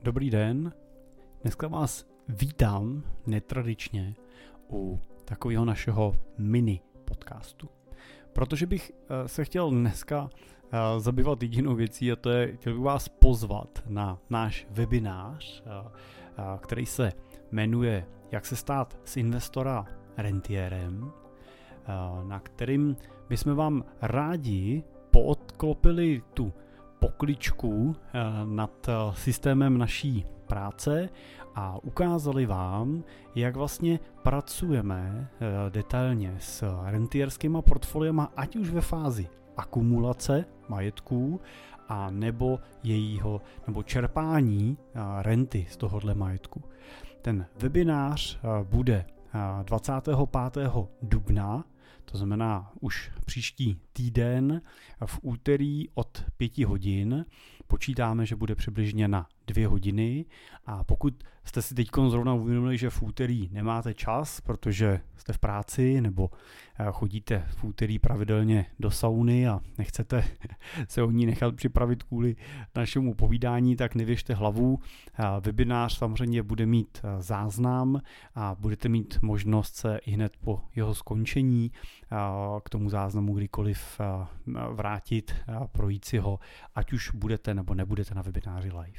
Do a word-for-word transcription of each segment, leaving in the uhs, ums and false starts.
Dobrý den, dneska vás vítám netradičně u takového našeho mini podcastu. Protože bych se chtěl dneska zabývat jedinou věcí a to je, chtěl bych vás pozvat na náš webinář, který se jmenuje Jak se stát z investora rentiérem, na kterým bychom vám rádi poodklopili tu pokličku nad systémem naší práce a ukázali vám, jak vlastně pracujeme detailně s rentierskýma portfoliema, ať už ve fázi akumulace majetků a nebo jejího nebo čerpání renty z tohohle majetku. Ten webinář bude dvacátého pátého dubna, to znamená už příští týden v úterý od pěti hodin. Počítáme, že bude přibližně na dvě hodiny a pokud jste si teď zrovna uvědomili, že v úterý nemáte čas, protože jste v práci nebo chodíte v úterý pravidelně do sauny a nechcete se o ní nechat připravit kvůli našemu povídání, tak nevěžte hlavu. Webinář samozřejmě bude mít záznam a budete mít možnost se i hned po jeho skončení k tomu záznamu kdykoliv vrátit a projít si ho, ať už budete nebo nebudete na webináři live.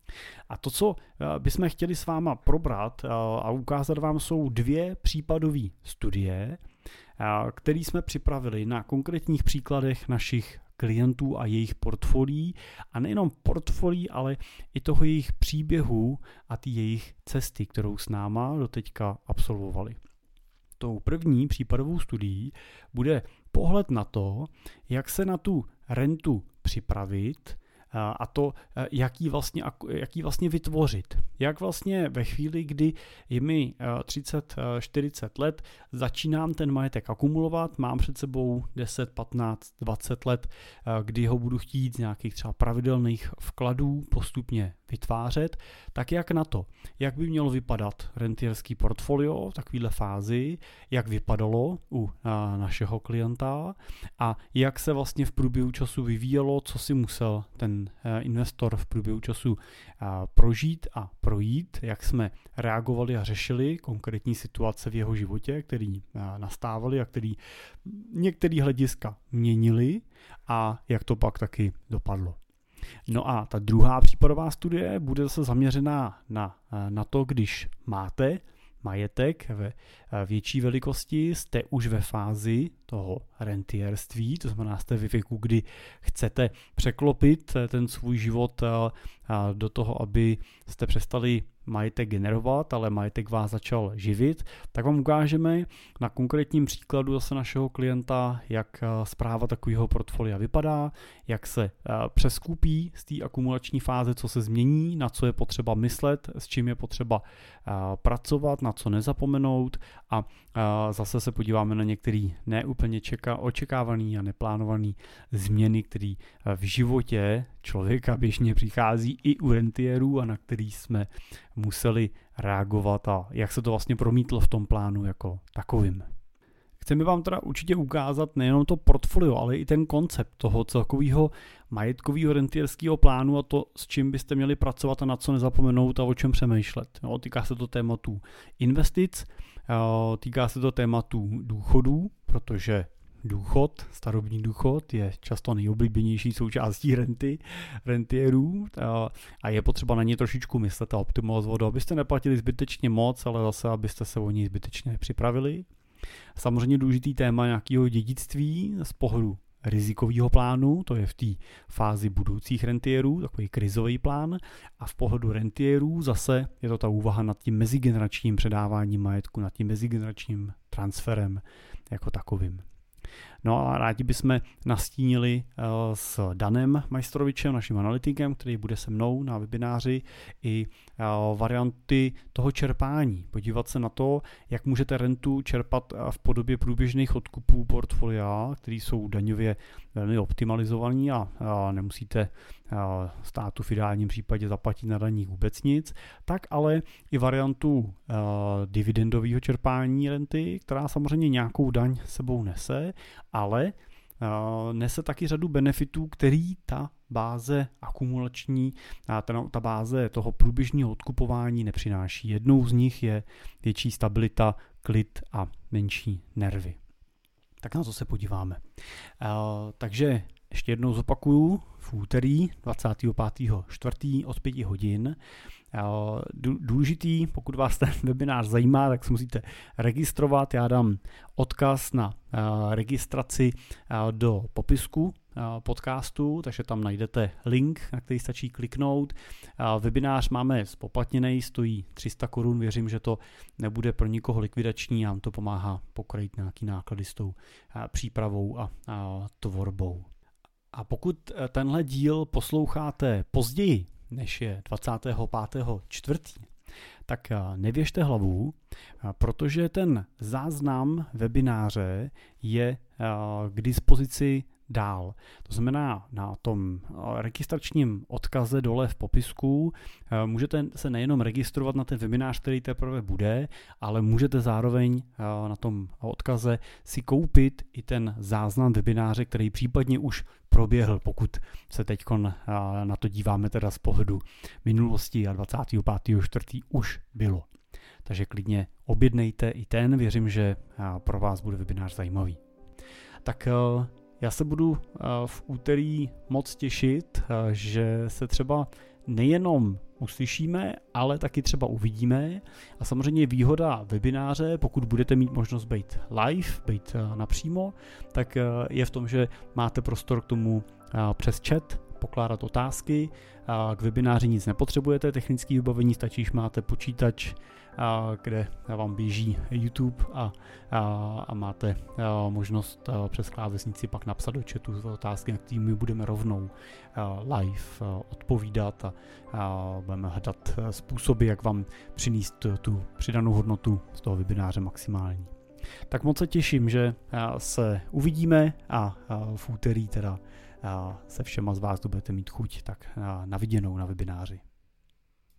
A to, co bychom chtěli s váma probrat a ukázat vám, jsou dvě případové studie, které jsme připravili na konkrétních příkladech našich klientů a jejich portfolií. A nejenom portfolií, ale i toho jejich příběhu a ty jejich cesty, kterou s náma doteďka absolvovali. Tou první případovou studií bude pohled na to, jak se na tu rentu připravit, a to, jak ji vlastně, jak ji vlastně vytvořit. Jak vlastně ve chvíli, kdy je mi třicet čtyřicet let, začínám ten majetek akumulovat, mám před sebou deset, patnáct, dvacet let, kdy ho budu chtít z nějakých třeba pravidelných vkladů postupně vytvářet, tak jak na to, jak by mělo vypadat rentierský portfolio v takovéhle fázi, jak vypadalo u našeho klienta a jak se vlastně v průběhu času vyvíjelo, co si musel ten investor v průběhu času prožít a projít, jak jsme reagovali a řešili konkrétní situace v jeho životě, který nastávaly a který některé hlediska měnili a jak to pak taky dopadlo. No a ta druhá případová studie bude zase zaměřená na, na to, když máte majetek ve větší velikosti, jste už ve fázi toho rentierství, to znamená jste ve věku, kdy chcete překlopit ten svůj život do toho, aby jste přestali majetek generovat, ale majetek vás začal živit, tak vám ukážeme na konkrétním příkladu zase našeho klienta, jak správa takového portfolia vypadá, jak se přeskupí z té akumulační fáze, co se změní, na co je potřeba myslet, s čím je potřeba pracovat, na co nezapomenout a zase se podíváme na některé neúplně čeká, očekávané a neplánované změny, které v životě člověka běžně přichází i u rentierů a na který jsme museli reagovat a jak se to vlastně promítlo v tom plánu jako takovým. Chceme vám teda určitě ukázat nejenom to portfolio, ale i ten koncept toho celkového majetkového rentierského plánu a to, s čím byste měli pracovat a na co nezapomenout a o čem přemýšlet. No, týká se to tématu investic, týká se to tématu důchodů, protože důchod, starobní důchod je často nejoblíbenější součástí renty, rentierů a je potřeba na ně trošičku myslet a optimalizovat, abyste neplatili zbytečně moc, ale zase abyste se o něj zbytečně připravili. Samozřejmě důležitý téma nějakého dědictví z pohledu rizikového plánu, to je v té fázi budoucích rentierů, takový krizový plán a v pohledu rentierů zase je to ta úvaha nad tím mezigeneračním předáváním majetku, nad tím mezigeneračním transferem jako takovým. No a rádi bychom nastínili s Danem Majstrovičem, naším analytikem, který bude se mnou na webináři, i varianty toho čerpání. Podívat se na to, jak můžete rentu čerpat v podobě průběžných odkupů portfolia, které jsou daňově velmi optimalizovaný a nemusíte státu v ideálním případě zaplatit na daních vůbec nic, tak ale i variantu dividendového čerpání renty, která samozřejmě nějakou daň sebou nese, ale nese taky řadu benefitů, který ta báze akumulační, ta, ta báze toho průběžného odkupování nepřináší. Jednou z nich je větší stabilita, klid a menší nervy. Tak na to se podíváme. Takže ještě jednou zopakuju, v úterý dvacátého pátého čtvrtého od pěti hodin. Důležitý, pokud vás ten webinář zajímá, tak se musíte registrovat. Já dám odkaz na registraci do popisku podcastu, takže tam najdete link, na který stačí kliknout. Webinář máme spoplatněný, stojí tři sta korun, věřím, že to nebude pro nikoho likvidační, nám to pomáhá pokrýt nějaký náklady s tou přípravou a, a tvorbou. A pokud tenhle díl posloucháte později, než je dvacátého pátého čtvrtého tak nevěžte hlavu, protože ten záznam webináře je k dispozici dál. To znamená, na tom registračním odkaze dole v popisku můžete se nejenom registrovat na ten webinář, který teprve bude, ale můžete zároveň na tom odkaze si koupit i ten záznam webináře, který případně už proběhl, pokud se teď na to díváme teda z pohledu minulosti a dvacátého pátého čtvrtého už bylo. Takže klidně objednejte i ten, věřím, že pro vás bude webinář zajímavý. Tak já se budu v úterý moc těšit, že se třeba nejenom uslyšíme, ale taky třeba uvidíme. A samozřejmě výhoda webináře, pokud budete mít možnost být live, být napřímo, tak je v tom, že máte prostor k tomu přes chat pokládat otázky. K webináři nic nepotřebujete, technické vybavení, stačí, když máte počítač, kde vám běží YouTube a, a, a máte možnost přes klávesnici pak napsat do chatu otázky, na které my budeme rovnou live odpovídat a, a budeme hledat způsoby, jak vám přinést tu, tu přidanou hodnotu z toho webináře maximální. Tak moc se těším, že se uvidíme a v úterý teda se všema z vás, kdo budete mít chuť, tak na viděnou na webináři.